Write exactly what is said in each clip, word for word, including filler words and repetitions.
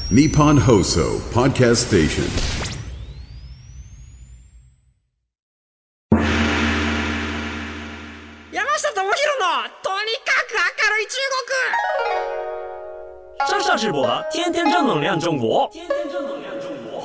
Nippon Hoso Podcast Station。 山下智博のとにかく明るい中国。 山下智博的天天正能量中国。天天正能量中国。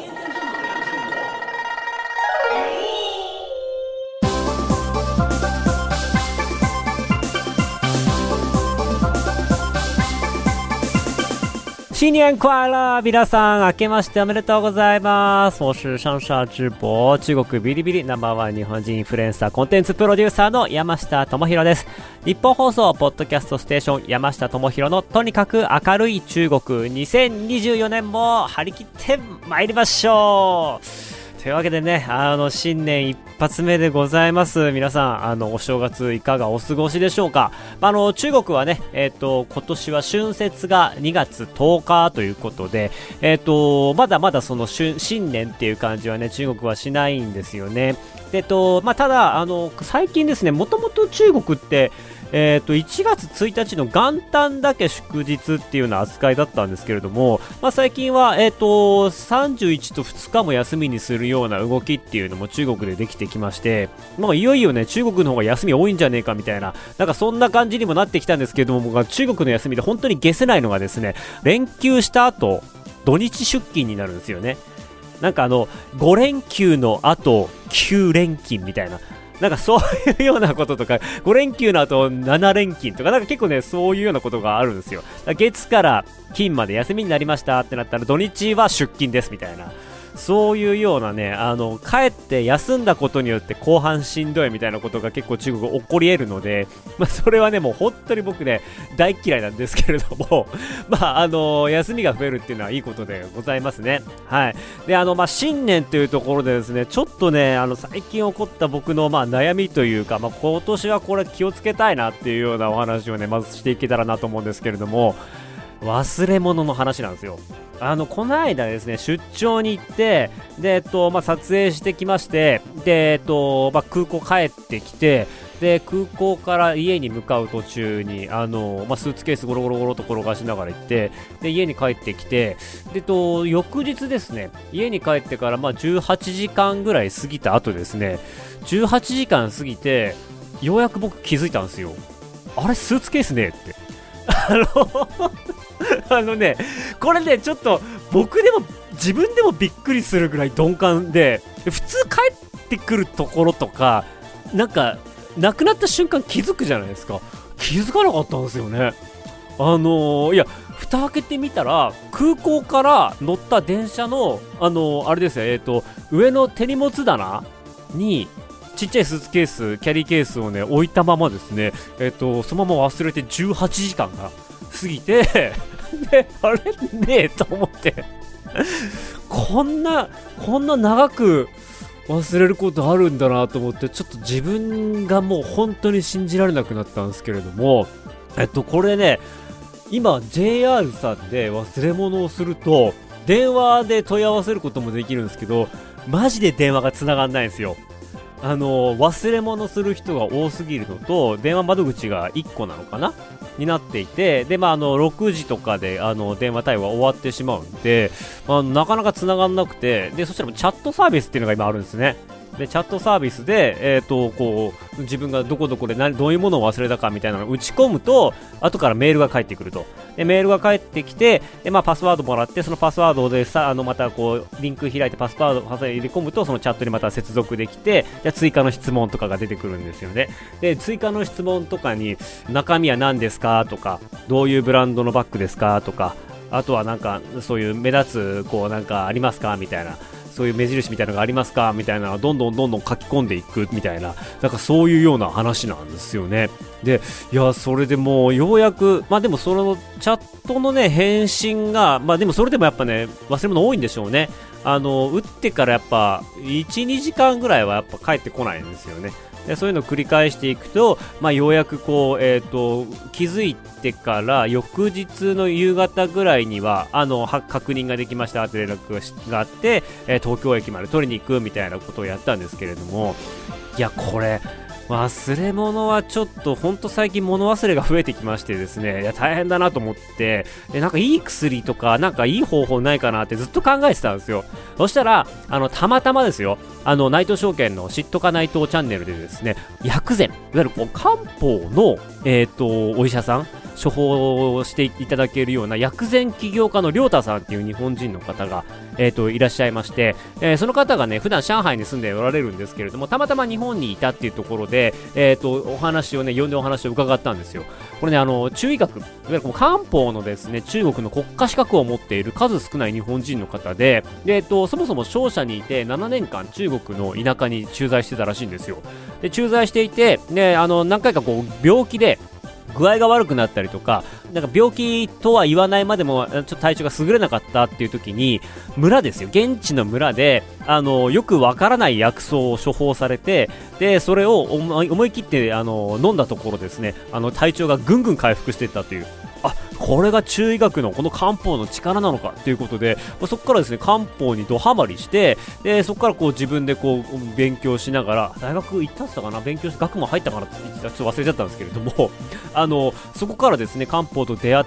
新年快乐！皆さん明けましておめでとうございます。我是上下智博，中国ビリビリナンバーワン日本人インフルエンサーコンテンツプロデューサーの山下智博です。日本放送ポッドキャストステーション山下智博のとにかく明るい中国にせんにじゅうよねんも張り切って参りましょう。というわけでね、あの新年一発目でございます。皆さん、あのお正月いかがお過ごしでしょうか。あの中国はね、えっと今年は春節がにがつとおかということで、えっとまだまだその新年っていう感じはね中国はしないんですよね。で、えっとまあただあの最近ですね、もともと中国ってえー、といちがつついたちの元旦だけ祝日っていうような扱いだったんですけれども、まあ、最近は、えー、とさんじゅういちとふつかも休みにするような動きっていうのも中国でできてきまして、まあ、いよいよね中国の方が休み多いんじゃねえかみたいな、なんかそんな感じにもなってきたんですけれども、僕は中国の休みで本当に解せないのがですね、連休した後土日出勤になるんですよね。なんかあのご連休の後きゅう連勤みたいな、なんかそういうようなこととか、ご連休の後なな連勤とか、なんか結構ねそういうようなことがあるんですよ。月から金まで休みになりましたってなったら土日は出勤ですみたいな、そういうようなね、あの帰って休んだことによって後半しんどいみたいなことが結構中国起こり得るので、まあ、それはねもう本当に僕ね大嫌いなんですけれどもまああの休みが増えるっていうのはいいことでございますね。はい。で、あのまあ新年というところでですね、ちょっとねあの最近起こった僕のまあ悩みというか、まあ、今年はこれ気をつけたいなっていうようなお話をねまずしていけたらなと思うんですけれども、忘れ物の話なんですよ。あのこの間ですね出張に行って、で、えっとまあ、撮影してきまして、で、えっとまあ、空港帰ってきて、で空港から家に向かう途中にあの、まあ、スーツケースゴロゴロゴロと転がしながら行って、で家に帰ってきて、で、えっと、翌日ですね家に帰ってからまあじゅうはちじかんぐらい過ぎた後ですね、じゅうはちじかん過ぎてようやく僕気づいたんですよ。あれスーツケースねってあのあのねこれねちょっと僕でも自分でもびっくりするぐらい鈍感で、普通帰ってくるところとかなんかなくなった瞬間気づくじゃないですか。気づかなかったんですよね。あのー、いや蓋開けてみたら空港から乗った電車のあのー、あれですよ、えーと上の手荷物棚にちっちゃいスーツケースキャリーケースをね置いたままですね、えーとそのまま忘れてじゅうはちじかんが過ぎてで、あれねえと思ってこんなこんな長く忘れることあるんだなと思って、ちょっと自分がもう本当に信じられなくなったんですけれども、えっとこれね今 ジェイアール さんで忘れ物をすると電話で問い合わせることもできるんですけど、マジで電話が繋がんないんですよ。あの忘れ物する人が多すぎるのと、電話窓口がいっこなのかなになっていて、で、まあ、あのろくじとかであの電話対応が終わってしまうんで、まあ、なかなか繋がんなくて、でそしたらチャットサービスっていうのが今あるんですね。でチャットサービスで、えー、とこう自分がどこどこで何どういうものを忘れたかみたいなのを打ち込むと後からメールが返ってくると。でメールが返ってきて、で、まあ、パスワードもらって、そのパスワードでさあのまたこうリンク開いてパスワードを入れ込むとそのチャットにまた接続できて、じゃ追加の質問とかが出てくるんですよね。で追加の質問とかに中身は何ですかとか、どういうブランドのバッグですかとか、あとはなんかそういう目立つこうなんかありますかみたいな、そういう目印みたいなのがありますかみたいなのをどんどんどんどん書き込んでいくみたいな、なんかそういうような話なんですよね。で、いやそれでもうようやく、まあでもそのチャットのね返信が、まあでもそれでもやっぱね忘れ物多いんでしょうね。あの打ってからやっぱ いちにじかんぐらいはやっぱ返ってこないんですよね。でそういうのを繰り返していくと、まあ、ようやくこう、えーと、気づいてから翌日の夕方ぐらいにはあのは確認ができましたって連絡があって、えー、東京駅まで取りに行くみたいなことをやったんですけれども、いやこれ忘れ物はちょっとほんと最近物忘れが増えてきましてですね、いや大変だなと思って、でなんかいい薬とかなんかいい方法ないかなってずっと考えてたんですよ。そしたらあのたまたまですよ、あの内藤証券の知っとか内藤チャンネルでですね、薬膳いわゆるこう漢方の、えー、とお医者さん処方していただけるような薬膳起業家の亮太さんっていう日本人の方が、えー、といらっしゃいまして、えー、その方がね普段上海に住んでおられるんですけれども、たまたま日本にいたっていうところで、えー、とお話をね呼んでお話を伺ったんですよ。これねあの中医学いわゆるこの漢方のですね中国の国家資格を持っている数少ない日本人の方で、で、えー、とそもそも商社にいてななねんかん中国の田舎に駐在してたらしいんですよ。で駐在していて、ね、あの何回かこう病気で具合が悪くなったりとか、なんか病気とは言わないまでもちょっと体調が優れなかったっていう時に、村ですよ、現地の村であのよくわからない薬草を処方されて、でそれを思い、思い切ってあの飲んだところですね、あの体調がぐんぐん回復していったという、あ、これが中医学のこの漢方の力なのかということで、そこからですね漢方にドハマりして、でそこからこう自分でこう勉強しながら、大学行ったってたかな、勉強して学問入ったかなってちょっと忘れちゃったんですけれども、あのそこからですね漢方と出会って、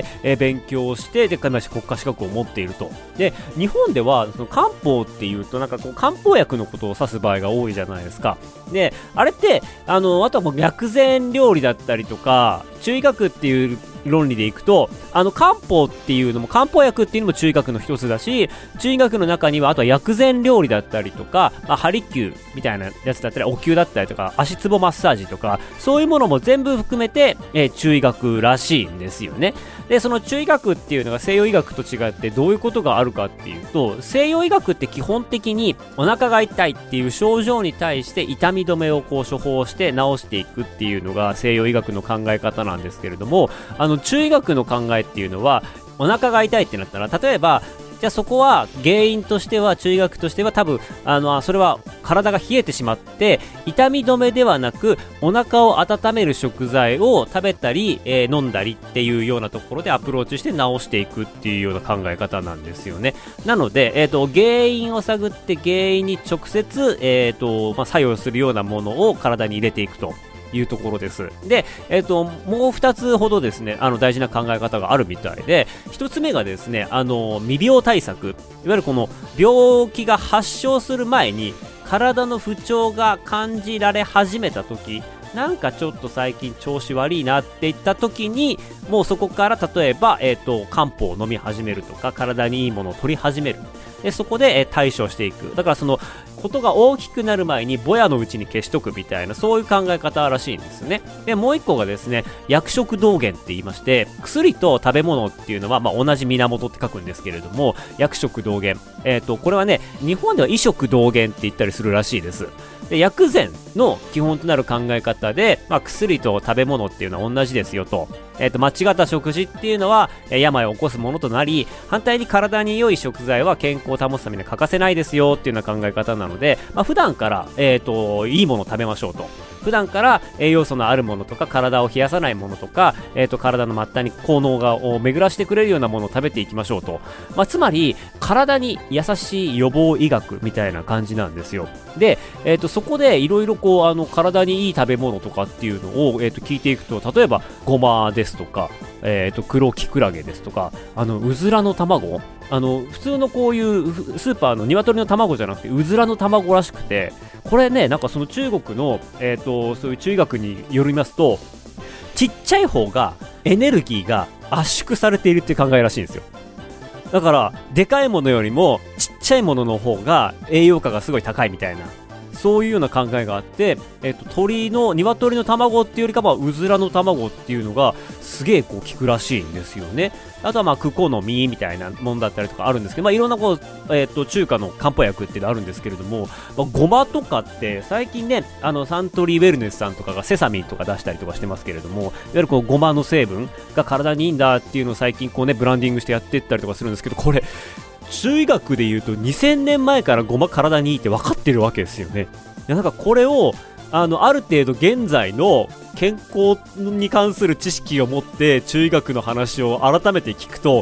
えー、勉強して、で国家資格を持っていると。で日本ではその漢方っていうとなんかこう漢方薬のことを指す場合が多いじゃないですか。であれってあのあとはもう薬膳料理だったりとか中医学っていう論理でいくと、あの漢方っていうのも漢方薬っていうのも中医学の一つだし、中医学の中にはあとは薬膳料理だったりとか、まあ、ハリキューみたいなやつだったりお灸だったりとか足つぼマッサージとかそういうものも全部含めて、えー、中医学らしいんですよね。でその中医学っていうのが西洋医学と違ってどういうことがあるかっていうと、西洋医学って基本的にお腹が痛いっていう症状に対して痛み止めをこう処方して治していくっていうのが西洋医学の考え方なんですけれども、あの中医学の考えっていうのは、お腹が痛いってなったら、例えばじゃあそこは原因としては中医学としては多分あのそれは体が冷えてしまって痛み止めではなくお腹を温める食材を食べたり、えー、飲んだりっていうようなところでアプローチして治していくっていうような考え方なんですよね。なので、えーと、原因を探って原因に直接、えーとまあ、作用するようなものを体に入れていくというところです。で、えっと、もう二つほどですね、あの大事な考え方があるみたいで、一つ目がですね、あの未病対策、いわゆるこの病気が発症する前に体の不調が感じられ始めた時、なんかちょっと最近調子悪いなっていった時に、もうそこから例えば、えっと、漢方を飲み始めるとか、体にいいものを取り始める。でそこで、えー、対処していく。だからそのことが大きくなる前にぼやのうちに消しとくみたいな、そういう考え方らしいんですね。でもう一個がですね、薬食同源って言いまして、薬と食べ物っていうのは、まあ、同じ源って書くんですけれども、薬食同源、えーとこれはね、日本では医食同源って言ったりするらしいです。で薬膳の基本となる考え方で、まあ、薬と食べ物っていうのは同じですよと。えーと間違った食事っていうのは、えー、病を起こすものとなり、反対に体に良い食材は健康を保つために欠かせないですよっていうような考え方なので、まあ、普段から、えーといいものを食べましょうと。普段から栄養素のあるものとか体を冷やさないものとか、えー、と体の末端に効能がを巡らしてくれるようなものを食べていきましょうと。まあ、つまり体に優しい予防医学みたいな感じなんですよ。で、えー、とそこでいろいろこうあの体にいい食べ物とかっていうのを、えー、と聞いていくと、例えばごまですとか、えー、と黒キクラゲですとか、あのうずらの卵、あの普通のこういうスーパーの鶏の卵じゃなくてうずらの卵らしくて、これね、なんかその中国の、えー、とそういう中医学によりますと、ちっちゃい方がエネルギーが圧縮されているっていう考えらしいんですよ。だからでかいものよりもちっちゃいものの方が栄養価がすごい高いみたいな、そういうような考えがあって、えっと、鳥の鶏の卵っていうよりかはうずらの卵っていうのがすげえこう効くらしいんですよね。あとはまあクコの実みたいなものだったりとかあるんですけど、まあ、いろんなこう、えっと、中華の漢方薬っていうのあるんですけれども、まあ、ごまとかって最近ね、あのサントリーウェルネスさんとかがセサミンとか出したりとかしてますけれども、いわゆるこうごまの成分が体にいいんだっていうのを最近こうねブランディングしてやっていったりとかするんですけど、これ中医学でいうとにせんねんまえからごま体にいいって分かってるわけですよね。いやなんかこれをあのある程度現在の健康に関する知識を持って中医学の話を改めて聞くと、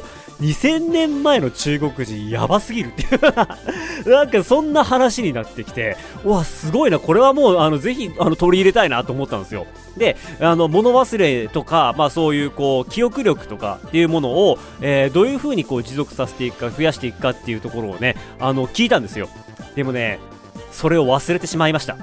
にせんねんまえの中国人やばすぎるっていうなんかそんな話になってきて、うわすごいな、これはもうあのぜひあの取り入れたいなと思ったんですよ。で、あの物忘れとか、まあそういうこう記憶力とかっていうものを、えー、どういう風にこう持続させていくか増やしていくかっていうところをね、あの聞いたんですよ。でもね、それを忘れてしまいました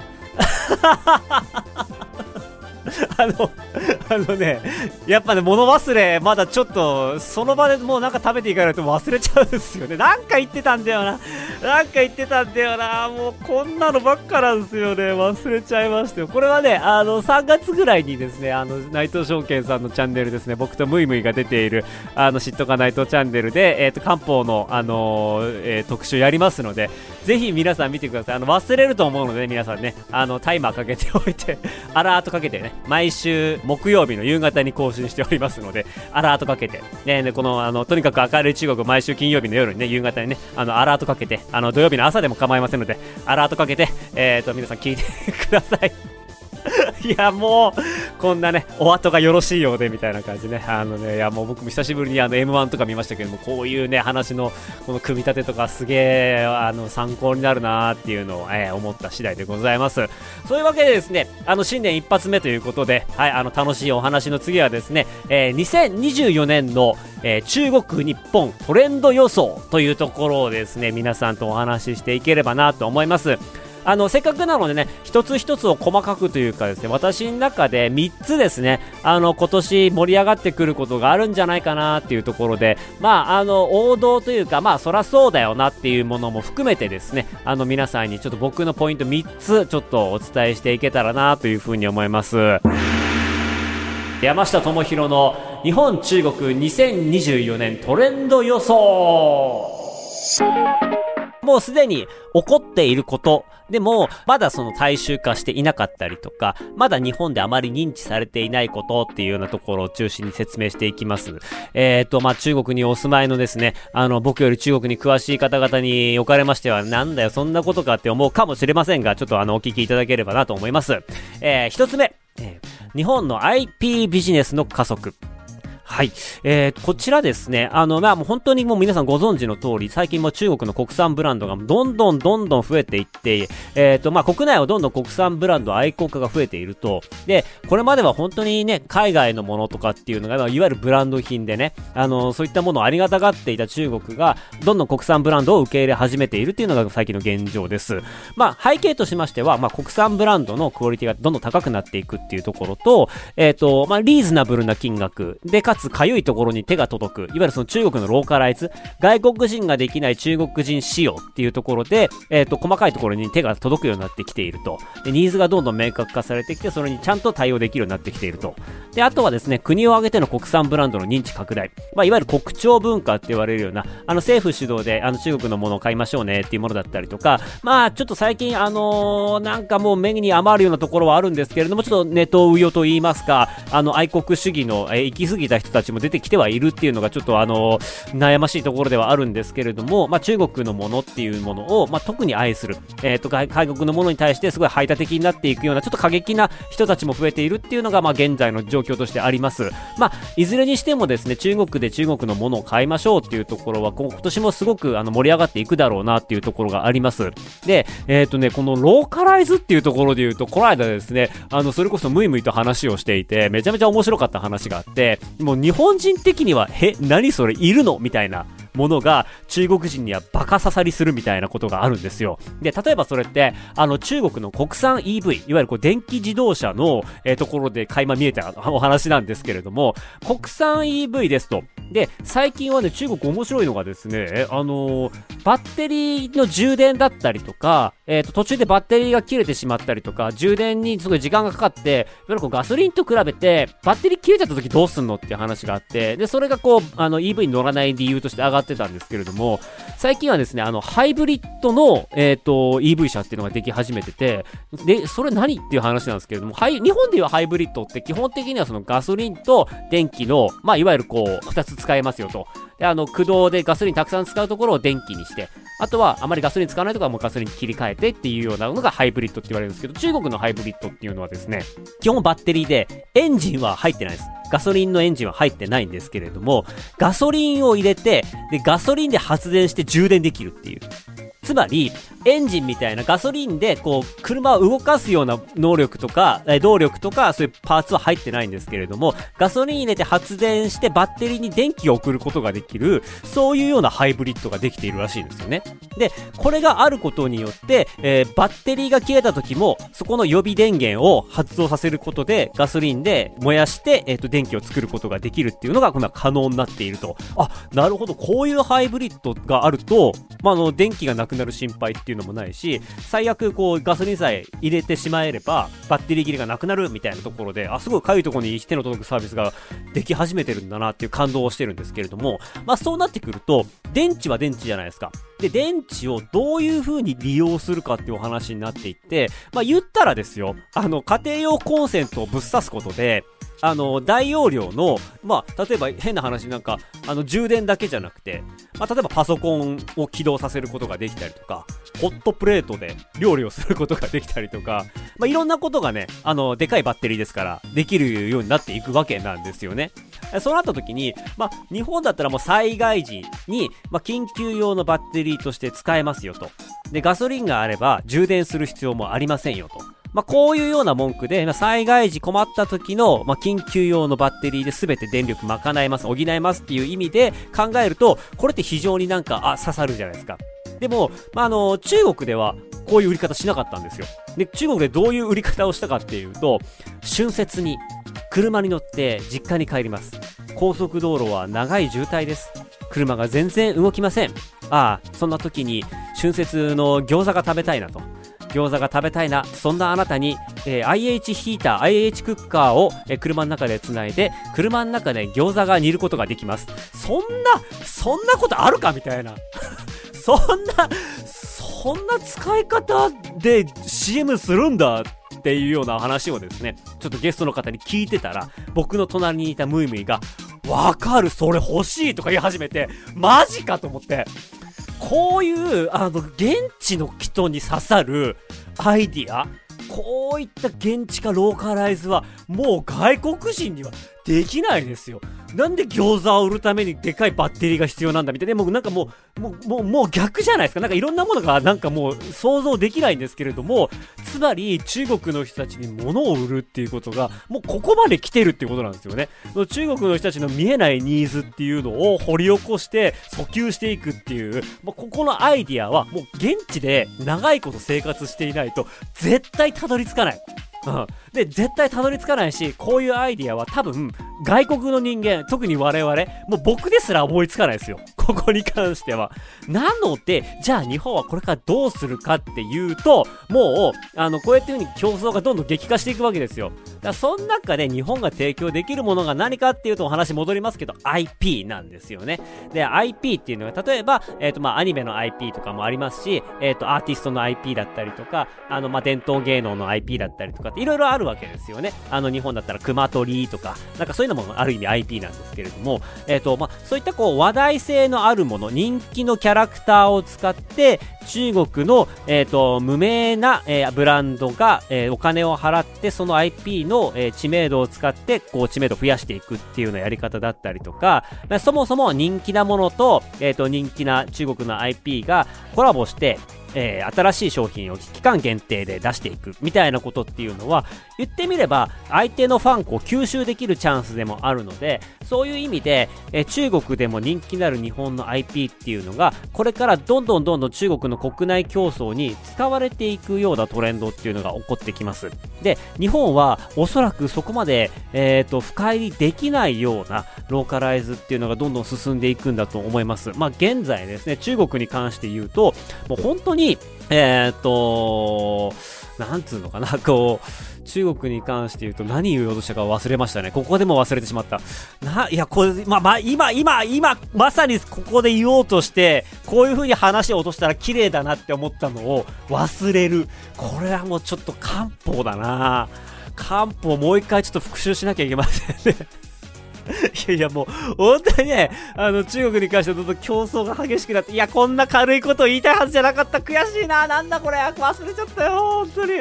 あの、あのね、やっぱね、物忘れ、まだちょっと、その場でもうなんか食べていかないと忘れちゃうんですよね。なんか言ってたんだよな。なんか言ってたんだよな。もうこんなのばっかなんですよね。忘れちゃいましたよ。これはね、あの、さんがつぐらいにですね、あの、内藤証券さんのチャンネルですね、僕とムイムイが出ている、あの、知っとか内藤チャンネルで、えっと、漢方の、あのーえー、特集やりますので、ぜひ皆さん見てください。あの、忘れると思うので、ね、皆さんね、あの、タイマーかけておいて、アラートかけてね、毎週木曜日の夕方に更新しておりますので、アラートかけて、ね、でこの、あの、とにかく明るい中国、毎週金曜日の夜にね、夕方にね、あの、アラートかけて、あの、土曜日の朝でも構いませんので、アラートかけて、えっと、皆さん聞いてください。いやもうこんなねお後がよろしいようでみたいな感じね。あのね、いやもう僕も久しぶりにあの エムワン とか見ましたけども、こういうね話のこの組み立てとかすげえあの参考になるなーっていうのを、えー、思った次第でございます。そういうわけでですね、あの新年一発目ということで、はい、あの楽しいお話の次はですね、えー、にせんにじゅうよねんの、えー、中国日本トレンド予想というところをですね、皆さんとお話ししていければなと思います。あのせっかくなのでね、一つ一つを細かくというかですね、私の中でみっつですね、あの今年盛り上がってくることがあるんじゃないかなっていうところで、まああの王道というか、まあそらそうだよなっていうものも含めてですね、あの皆さんにちょっと僕のポイントみっつちょっとお伝えしていけたらなというふうに思います。山下智博の日本中国にせんにじゅうよねんトレンド予想。もうすでに起こっていることでもまだその大衆化していなかったりとか、まだ日本であまり認知されていないことっていうようなところを中心に説明していきます。えーとまあ中国にお住まいのですね、あの僕より中国に詳しい方々におかれましては、なんだよそんなことかって思うかもしれませんが、ちょっとあのお聞きいただければなと思います。えー、一つ目、えー、日本の アイピー ビジネスの加速。はい。えー、こちらですね、あの、まあ、もう本当にもう皆さんご存知の通り、最近も中国の国産ブランドがどんどんどんどん増えていって、えーと、まあ、国内はどんどん国産ブランド愛好家が増えていると。で、これまでは本当にね、海外のものとかっていうのが、いわゆるブランド品でね、あの、そういったものをありがたがっていた中国が、どんどん国産ブランドを受け入れ始めているっていうのが最近の現状です。まあ、背景としましては、まあ、国産ブランドのクオリティがどんどん高くなっていくっていうところと、えーと、まあ、リーズナブルな金額で、かつ、かゆいところに手が届く、いわゆるその中国のローカライズ、外国人ができない中国人仕様っていうところで、えっと、細かいところに手が届くようになってきていると。で、ニーズがどんどん明確化されてきて、それにちゃんと対応できるようになってきていると。で、あとはですね、国を挙げての国産ブランドの認知拡大。まあ、いわゆる国潮文化って言われるような、あの、政府主導で、あの、中国のものを買いましょうねっていうものだったりとか、まあ、ちょっと最近、あのー、なんかもう目に余るようなところはあるんですけれども、ちょっとネトウヨと言いますか、あの、愛国主義の、えー、行き過ぎた人たちも出てきてはいるっていうのがちょっとあの悩ましいところではあるんですけれども、まあ、中国のものっていうものを、まあ、特に愛する、えー、と外国のものに対してすごい排他的になっていくようなちょっと過激な人たちも増えているっていうのが、まあ、現在の状況としてあります。まあ、いずれにしてもですね、中国で中国のものを買いましょうっていうところは今年もすごくあの盛り上がっていくだろうなっていうところがあります。で、えっ、ー、とねこのローカライズっていうところで言うと、この間ですね、あのそれこそムイムイと話をしていて、めちゃめちゃ面白かった話があって、もう日本人的にはへ何それいるのみたいなものが中国人にはバカ刺さりするみたいなことがあるんですよ。で、例えばそれってあの中国の国産 イーブイ、いわゆるこう電気自動車の、えー、ところで垣間見えたお話なんですけれども、国産 イーブイ ですと。で、最近はね、中国面白いのがですね、あのー、バッテリーの充電だったりとか、えっと、途中でバッテリーが切れてしまったりとか、充電にすごい時間がかかって、いわゆるこうガソリンと比べて、バッテリー切れちゃった時どうすんのっていう話があって、で、それがこう、あの、イーブイ に乗らない理由として上がってたんですけれども、最近はですね、あの、ハイブリッドの、えっと、イーブイ 車っていうのができ始めてて、で、それ何っていう話なんですけれども、はい、日本でいうハイブリッドって基本的にはそのガソリンと電気の、まあ、いわゆるこう、二つ使えますよと。 で、あの、駆動でガソリンたくさん使うところを電気にして、あとはあまりガソリン使わないところはもうガソリンに切り替えてっていうようなのがハイブリッドって言われるんですけど、中国のハイブリッドっていうのはですね、基本バッテリーでエンジンは入ってないです。ガソリンのエンジンは入ってないんですけれども、ガソリンを入れて、で、ガソリンで発電して充電できるっていう。つまり、エンジンみたいなガソリンでこう車を動かすような能力とかえ動力とかそういうパーツは入ってないんですけれども、ガソリン入れて発電してバッテリーに電気を送ることができる、そういうようなハイブリッドができているらしいんですよね。で、これがあることによって、えー、バッテリーが切れた時もそこの予備電源を発動させることでガソリンで燃やして、えーと、電気を作ることができるっていうのが今可能になっていると。あ、なるほど、こういうハイブリッドがあると、まあ、あの電気がなくなる心配っていうのもないし、最悪こうガソリンさえ入れてしまえればバッテリー切れがなくなるみたいなところで、あ、すごいかゆいところに手の届くサービスができ始めてるんだなっていう感動をしてるんですけれども、まあそうなってくると電池は電池じゃないですか。で、電池をどういう風に利用するかっていうお話になっていって、まあ言ったらですよ、あの家庭用コンセントをぶっ刺すことで、あの大容量の、まあ例えば変な話なんかあの充電だけじゃなくて、まあ例えばパソコンを起動させることができたりとか、ホットプレートで料理をすることができたりとか、まあいろんなことがね、あのでかいバッテリーですからできるようになっていくわけなんですよね。そうなった時に、まあ日本だったらもう災害時に、まあ緊急用のバッテリーとして使えますよと。で、ガソリンがあれば充電する必要もありませんよと。まあ、こういうような文句で、まあ、災害時困った時の、まあ、緊急用のバッテリーで全て電力賄えます、補えますっていう意味で考えると、これって非常になんか、あ、刺さるじゃないですか。でも、まあ、あの、中国ではこういう売り方しなかったんですよ。で、中国でどういう売り方をしたかっていうと、春節に車に乗って実家に帰ります。高速道路は長い渋滞です。車が全然動きません。ああ、そんな時に春節の餃子が食べたいなと。餃子が食べたいな、そんなあなたに、えー、アイエイチ ヒーター、アイエイチ クッカーを、えー、車の中でつないで、車の中で餃子が煮ることができます。そんな、そんなことあるかみたいな。そんな、そんな使い方で シーエム するんだっていうような話をですね、ちょっとゲストの方に聞いてたら、僕の隣にいたムイムイが、わかる、それ欲しいとか言い始めて、マジかと思って、こういうあの現地の人に刺さるアイディア、こういった現地化ローカライズはもう外国人にはできないですよ。なんで餃子を売るためにでかいバッテリーが必要なんだみたいな、もうなんかもうもうもうもう逆じゃないですか。なんかいろんなものがなんかもう想像できないんですけれども、つまり中国の人たちに物を売るっていうことがもうここまで来てるっていうことなんですよね。中国の人たちの見えないニーズっていうのを掘り起こして訴求していくっていう、もうここのアイディアはもう現地で長いこと生活していないと絶対たどり着かない。うん、で絶対たどり着かないし、こういうアイディアは多分外国の人間、特に我々、もう僕ですら思いつかないですよ、ここに関しては。なのでじゃあ日本はこれからどうするかっていうと、もうあのこうやっていう風に競争がどんどん激化していくわけですよ。だからその中で日本が提供できるものが何かっていうと、お話戻りますけど アイピー なんですよね。で アイピー っていうのが例えば、えーとまあ、アニメの アイピー とかもありますし、えーとアーティストの アイピー だったりとか、あのまあ伝統芸能の アイピー だったりとかいろいろあるわけですよね。あの日本だったら熊取とかなんかそういうのもある意味 アイピー なんですけれども、えーとまあ、そういったこう話題性のあるもの、人気のキャラクターを使って中国の、えーと無名な、えー、ブランドが、えー、お金を払ってその アイピー の、えー、知名度を使ってこう知名度を増やしていくっていうようなやり方だったりとか、そもそも人気なものと、えーと人気な中国の アイピー がコラボしてえー、新しい商品を期間限定で出していくみたいなことっていうのは、言ってみれば相手のファンを吸収できるチャンスでもあるので、そういう意味で、えー、中国でも人気のある日本の アイピー っていうのがこれからどんどんどんどん中国の国内競争に使われていくようなトレンドっていうのが起こってきます。で、日本はおそらくそこまで、えーと、深入りできないようなローカライズっていうのがどんどん進んでいくんだと思います。まあ現在ですね、中国に関して言うともう本当にえーっと、なんつうのかな、こう、中国に関して言うと何言おうとしたか忘れましたね。ここでも忘れてしまった。な、いや、これ、まあ、まあ、今、今、今、まさにここで言おうとして、こういう風に話を落としたら綺麗だなって思ったのを忘れる。これはもうちょっと漢方だな。漢方もう一回ちょっと復習しなきゃいけませんね。 いやいやもう、本当にね、あの、中国に関してはどんどん競争が激しくなって、いや、こんな軽いことを言いたいはずじゃなかった。悔しいな。なんだこれ。忘れちゃったよ。本当に。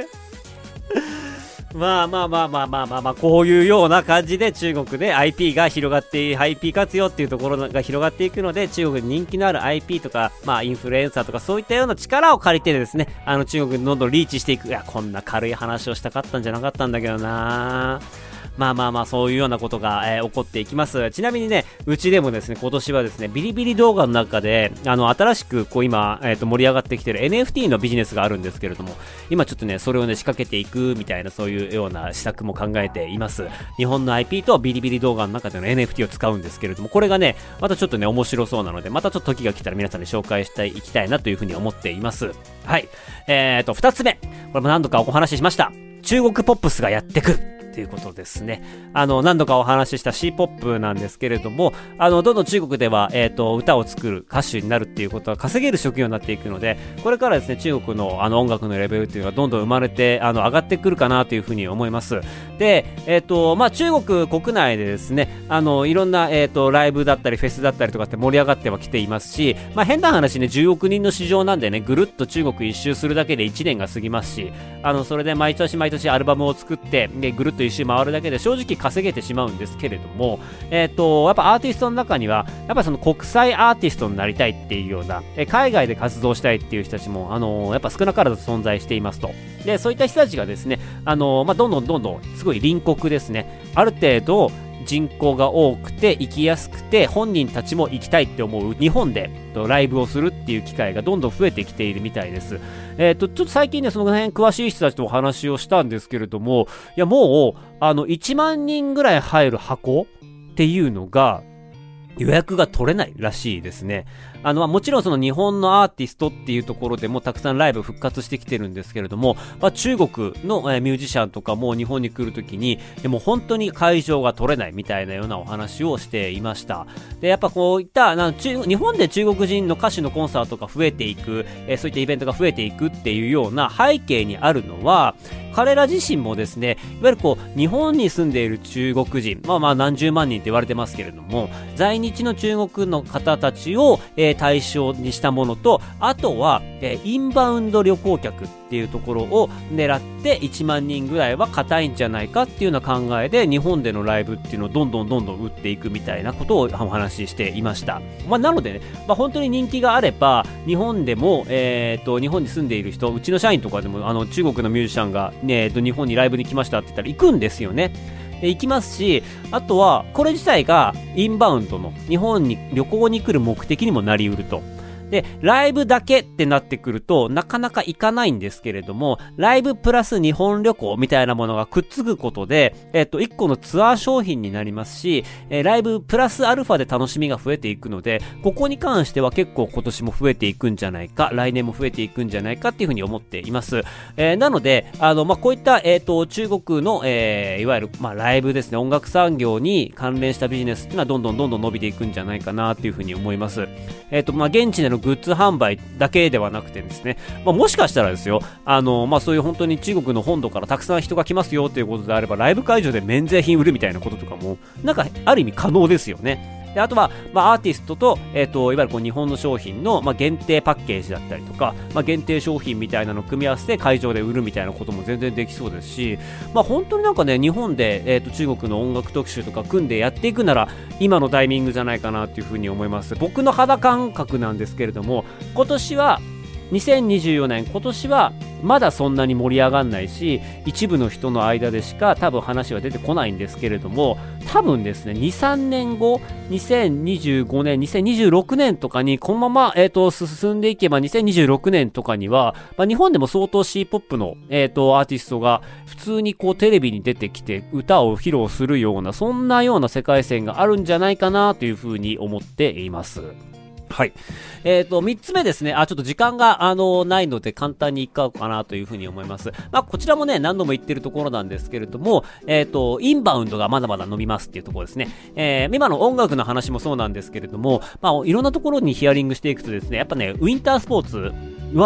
まあまあまあまあまあまあまあ、こういうような感じで中国で アイピー が広がって、アイピー 活用っていうところが広がっていくので、中国に人気のある アイピー とか、まあインフルエンサーとかそういったような力を借りてですね、あの中国にどんどんリーチしていく。いや、こんな軽い話をしたかったんじゃなかったんだけどな。まあまあまあ、そういうようなことが、えー、起こっていきます。ちなみにね、うちでもですね、今年はですね、ビリビリ動画の中で、あの、新しく、こう今、えっと、盛り上がってきてる エヌエフティー のビジネスがあるんですけれども、今ちょっとね、それをね、仕掛けていくみたいな、そういうような施策も考えています。日本の アイピー とビリビリ動画の中での エヌエフティー を使うんですけれども、これがね、またちょっとね、面白そうなので、またちょっと時が来たら皆さんに紹介していきたいなというふうに思っています。はい。えーと、二つ目。これも何度かお話ししました。中国ポップスがやってくる。ということですね。あの、何度かお話しした C ポップなんですけれども、あの、どんどん中国では、えっと、歌を作る歌手になるっていうことは稼げる職業になっていくので、これからですね、中国のあの音楽のレベルっていうのがどんどん生まれて、あの、上がってくるかなというふうに思います。で、えっと、まあ、中国国内でですね、あの、いろんな、えっと、ライブだったり、フェスだったりとかって盛り上がってはきていますし、まあ、変な話ね、じゅうおくにんの市場なんでね、ぐるっと中国一周するだけでいちねんが過ぎますし、あの、それで毎年毎年アルバムを作って、で、ぐるっと一周回るだけで正直稼げてしまうんですけれども、えっと、やっぱアーティストの中には、やっぱその国際アーティストになりたいっていうような、え海外で活動したいっていう人たちも、あのー、やっぱ少なからず存在していますと。で、そういった人たちがですね、あのー、まあ、どんどんどんどん、すごい隣国ですね、ある程度、人口が多くて行きやすくて本人たちも行きたいって思う日本でライブをするっていう機会がどんどん増えてきているみたいです。えっと、ちょっと最近ね、その辺詳しい人たちとお話をしたんですけれども、いやもう、あの、いちまんにんぐらい入る箱っていうのが予約が取れないらしいですね。あの、まあ、もちろんその日本のアーティストっていうところでもたくさんライブ復活してきてるんですけれども、まあ、中国の、えー、ミュージシャンとかも日本に来るときに、でも本当に会場が取れないみたいなようなお話をしていました。で、やっぱこういったなん中日本で中国人の歌手のコンサートが増えていく、えー、そういったイベントが増えていくっていうような背景にあるのは、彼ら自身もですね、いわゆるこう日本に住んでいる中国人、まあまあ何十万人って言われてますけれども、在日の中国の方たちを、えー、対象にしたものと、あとは、えー、インバウンド旅行客っていうところを狙っていちまんにんぐらいは硬いんじゃないかっていうような考えで日本でのライブっていうのをどんどんどんどん打っていくみたいなことをお話ししていました。まあ、なのでね、まあ、本当に人気があれば日本でも、えー、と日本に住んでいる人、うちの社員とかでもあの中国のミュージシャンが、ね、えー、と日本にライブに来ましたって言ったら行くんですよね。で行きますし、あとはこれ自体がインバウンドの日本に旅行に来る目的にもなりうると。で、ライブだけってなってくるとなかなか行かないんですけれども、ライブプラス日本旅行みたいなものがくっつくことで、えっと、一個のツアー商品になりますし、えー、ライブプラスアルファで楽しみが増えていくので、ここに関しては結構今年も増えていくんじゃないか、来年も増えていくんじゃないかっていうふうに思っています。えー、なので、あの、まあ、こういった、えっと、中国の、えー、いわゆる、まあ、ライブですね、音楽産業に関連したビジネスっていうのはどんどんどんどん伸びていくんじゃないかなっていうふうに思います。えっと、まあ、現地でのグッズ販売だけではなくてですね、まあ、もしかしたらですよ、あの、まあ、そういう本当に中国の本土からたくさん人が来ますよということであれば、ライブ会場で免税品売るみたいなこととかも、なんか、ある意味可能ですよね。で、あとは、まあ、アーティストと、えっと、いわゆるこう日本の商品の、まあ、限定パッケージだったりとか、まあ、限定商品みたいなのを組み合わせて会場で売るみたいなことも全然できそうですし、まあ、本当になんかね、日本で、えっと、中国の音楽特集とか組んでやっていくなら、今のタイミングじゃないかなっていうふうに思います。僕の肌感覚なんですけれども、今年は、にせんにじゅうよねん、今年はまだそんなに盛り上がんないし、一部の人の間でしか多分話は出てこないんですけれども、多分ですね、に、さんねんご、にせんにじゅうごねん、にせんにじゅうろくねんとかにこのまま、えっと、進んでいけばにせんにじゅうろくねんとかには、まあ、日本でも相当 C ポップの、えっと、アーティストが普通にこうテレビに出てきて歌を披露するような、そんなような世界線があるんじゃないかなというふうに思っています。はい。えっと、三つ目ですね。あ、ちょっと時間が、あの、ないので簡単にいっかうかなというふうに思います。まあ、こちらもね、何度も言ってるところなんですけれども、えっと、インバウンドがまだまだ伸びますっていうところですね。えー、今の音楽の話もそうなんですけれども、まあ、いろんなところにヒアリングしていくとですね、やっぱね、ウィンタースポーツは、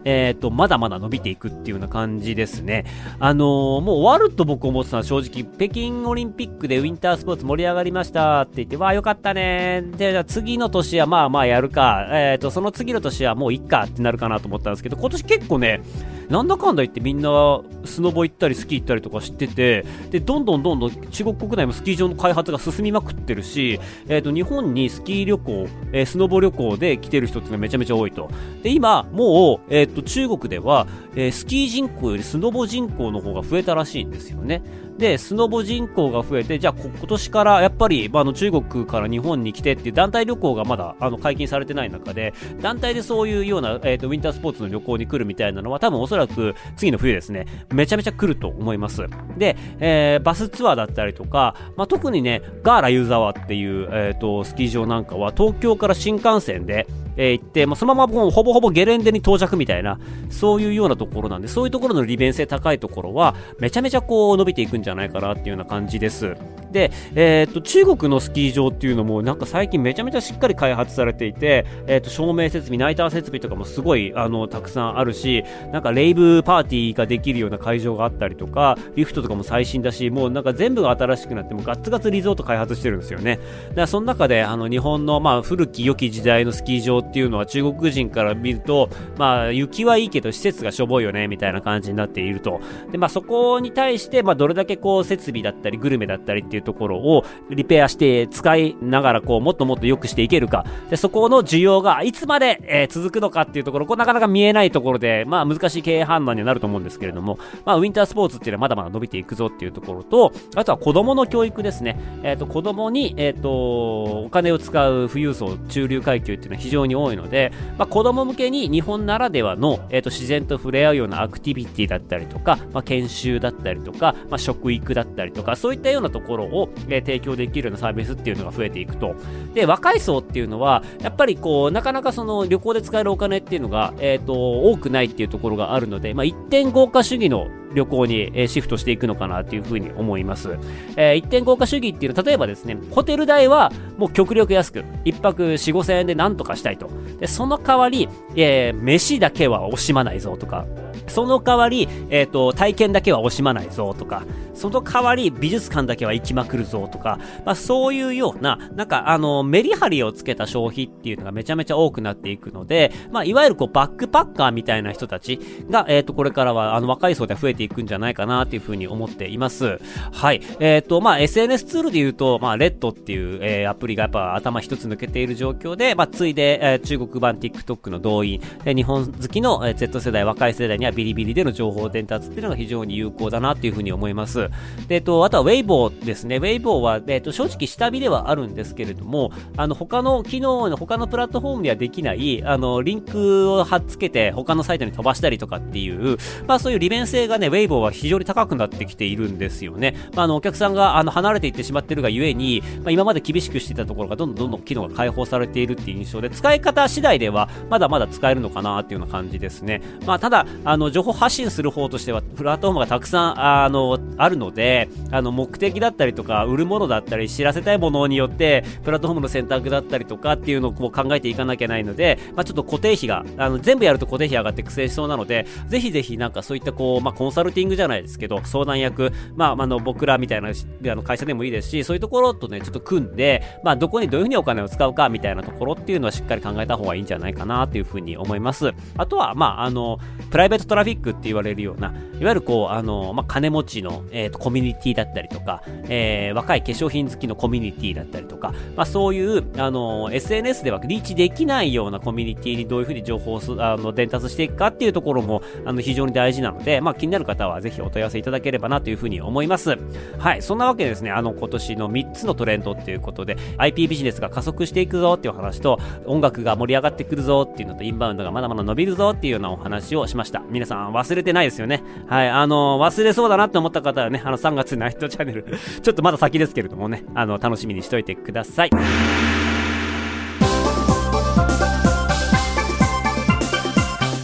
えっと、まだまだ伸びていくっていうような感じですね。あのー、もう終わると僕思ってたのは正直、北京オリンピックでウィンタースポーツ盛り上がりましたって言って、わあよかったねー。で、じゃあ次の年はまあまあやるか、えっと、その次の年はもういっかってなるかなと思ったんですけど、今年結構ね、なんだかんだ言ってみんなスノボ行ったりスキー行ったりとかしてて、で、どんどんどんどん中国国内もスキー場の開発が進みまくってるし、えっと、日本にスキー旅行、えー、スノボ旅行で来てる人っていうのがめちゃめちゃ多いと。で、今、もう、えっと、中国では、えー、スキー人口よりスノボ人口の方が増えたらしいんですよね。で、スノボ人口が増えて、じゃあ今年からやっぱり、まあ、あの中国から日本に来てっていう団体旅行がまだあの解禁されてない中で、団体でそういうような、えーと、ウィンタースポーツの旅行に来るみたいなのは多分おそらく次の冬ですね、めちゃめちゃ来ると思います。で、えー、バスツアーだったりとか、まあ、特にね、ガーラ湯沢っていう、えーと、スキー場なんかは東京から新幹線で、えー、行って、まあ、そのままもうほぼほぼゲレンデに到着みたいな、そういうようなところなんで、そういうところの利便性高いところは、めちゃめちゃこう伸びていくんじゃないかなっていうような感じです。で、えー、っと、中国のスキー場っていうのも、なんか最近めちゃめちゃしっかり開発されていて、えー、っと、照明設備、ナイター設備とかもすごい、あの、たくさんあるし、なんかレイブパーティーができるような会場があったりとか、リフトとかも最新だし、もうなんか全部が新しくなって、もガッツガツリゾート開発してるんですよね。だからその中で、あの、日本の、まあ、古き良き時代のスキー場っていうのは中国人から見ると、まあ、雪はいいけど施設がしょぼいよね、みたいな感じになっていると。で、まあ、そこに対して、まあ、どれだけこう、設備だったり、グルメだったりっていうところをリペアして使いながら、こう、もっともっと良くしていけるか。で、そこの需要がいつまで、えー、続くのかっていうところ、こう、なかなか見えないところで、まあ、難しい経営判断にはなると思うんですけれども、まあ、ウィンタースポーツっていうのはまだまだ伸びていくぞっていうところと、あとは子供の教育ですね。えっと、子供に、えっと、お金を使う富裕層、中流階級っていうのは非常に多いので、まあ、子供向けに日本ならではの、えー、と自然と触れ合うようなアクティビティだったりとか、まあ、研修だったりとか、まあ、食育だったりとか、そういったようなところを、えー、提供できるようなサービスっていうのが増えていくと。で、若い層っていうのはやっぱりこうなかなかその旅行で使えるお金っていうのが、えー、と多くないっていうところがあるので、まあ、一点豪華主義の旅行に、えー、シフトしていくのかなというふうに思います。えー、一点豪華主義っていうのは、例えばですね、ホテル代はもう極力安く、一泊四五千円でなんとかしたいと。で、その代わり、えー、飯だけは惜しまないぞとか、その代わり、えっと、体験だけは惜しまないぞとか、その代わり美術館だけは行きまくるぞとか、まあそういうような、なんかあの、メリハリをつけた消費っていうのがめちゃめちゃ多くなっていくので、まあいわゆるこうバックパッカーみたいな人たちが、えっと、これからはあの若い層で増えていくんじゃないかなっていうふうに思っています。はい。えっと、まあ エスエヌエス ツールで言うと、まあレッドっていう、えー、アプリがやっぱ頭一つ抜けている状況で、まあついで、えー、中国版 TikTok の動員、で日本好きの、えー、Z 世代、若い世代にはビリビリでの情報伝達っていうのが非常に有効だなっていうふうに思います。で、えっと、あとは Weibo ですね。Weibo は、えっと、正直下火ではあるんですけれども、あの、他の機能の他のプラットフォームではできない、あの、リンクを貼っつけて他のサイトに飛ばしたりとかっていう、まあそういう利便性がね、Weibo は非常に高くなってきているんですよね。まあ、あの、お客さんが、あの、離れていってしまっているがゆえに、まあ今まで厳しくしていたところがどんどんどんどん機能が開放されているっていう印象で、使い方次第ではまだまだ使えるのかなっていうような感じですね。まあただ、あの、情報発信する方としては、プラットフォームがたくさん、あの、あるので、あの、目的だったりとか、売るものだったり、知らせたいものによって、プラットフォームの選択だったりとかっていうのをこう考えていかなきゃないので、まあちょっと固定費が、あの、全部やると固定費上がって苦戦しそうなので、ぜひぜひなんかそういったこう、まあコンサルティングじゃないですけど、相談役、まあ、あの、僕らみたいな、あの、会社でもいいですし、そういうところとね、ちょっと組んで、まあどこにどういうふうにお金を使うかみたいなところっていうのはしっかり考えた方がいいんじゃないかなっていうふうに思います。あとは、まああの、プライベートトラフィックって言われるような、いわゆるこう、あの、まあ金持ちの、えーと、コミュニティだったりとか、えー、若い化粧品好きのコミュニティだったりとか、まあそういう、あの、エスエヌエス ではリーチできないようなコミュニティにどういうふうに情報をあの伝達していくかっていうところも、あの、非常に大事なので、まあ気になる方はぜひお問い合わせいただければなというふうに思います。はい、そんなわけでですね、あの、今年のみっつのトレンドっていうことで、アイピー ビジネスが加速していくぞっていう話と、音楽が盛り上がってくるぞっていうのと、インバウンドがまだまだ伸びるぞっていうようなお話をしました。皆さん忘れてないですよね。はい、あの、忘れそうだなって思った方はね、あの、さんがつナイトチャンネル、ちょっとまだ先ですけれどもね、あの、楽しみにしといてください。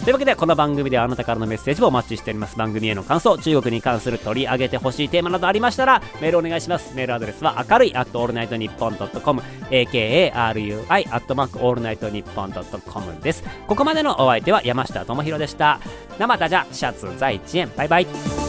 というわけでこの番組ではあなたからのメッセージをお待ちしております。番組への感想、中国に関する取り上げてほしいテーマなどありましたらメールお願いします。メールアドレスは明るい アットオールナイトニッポンドットコム エーケーエーアールユーアイ アットマークオールナイトニッポンドットコム です。ここまでのお相手は山下智博でした。生ダジャシャツ在地園バイバイ。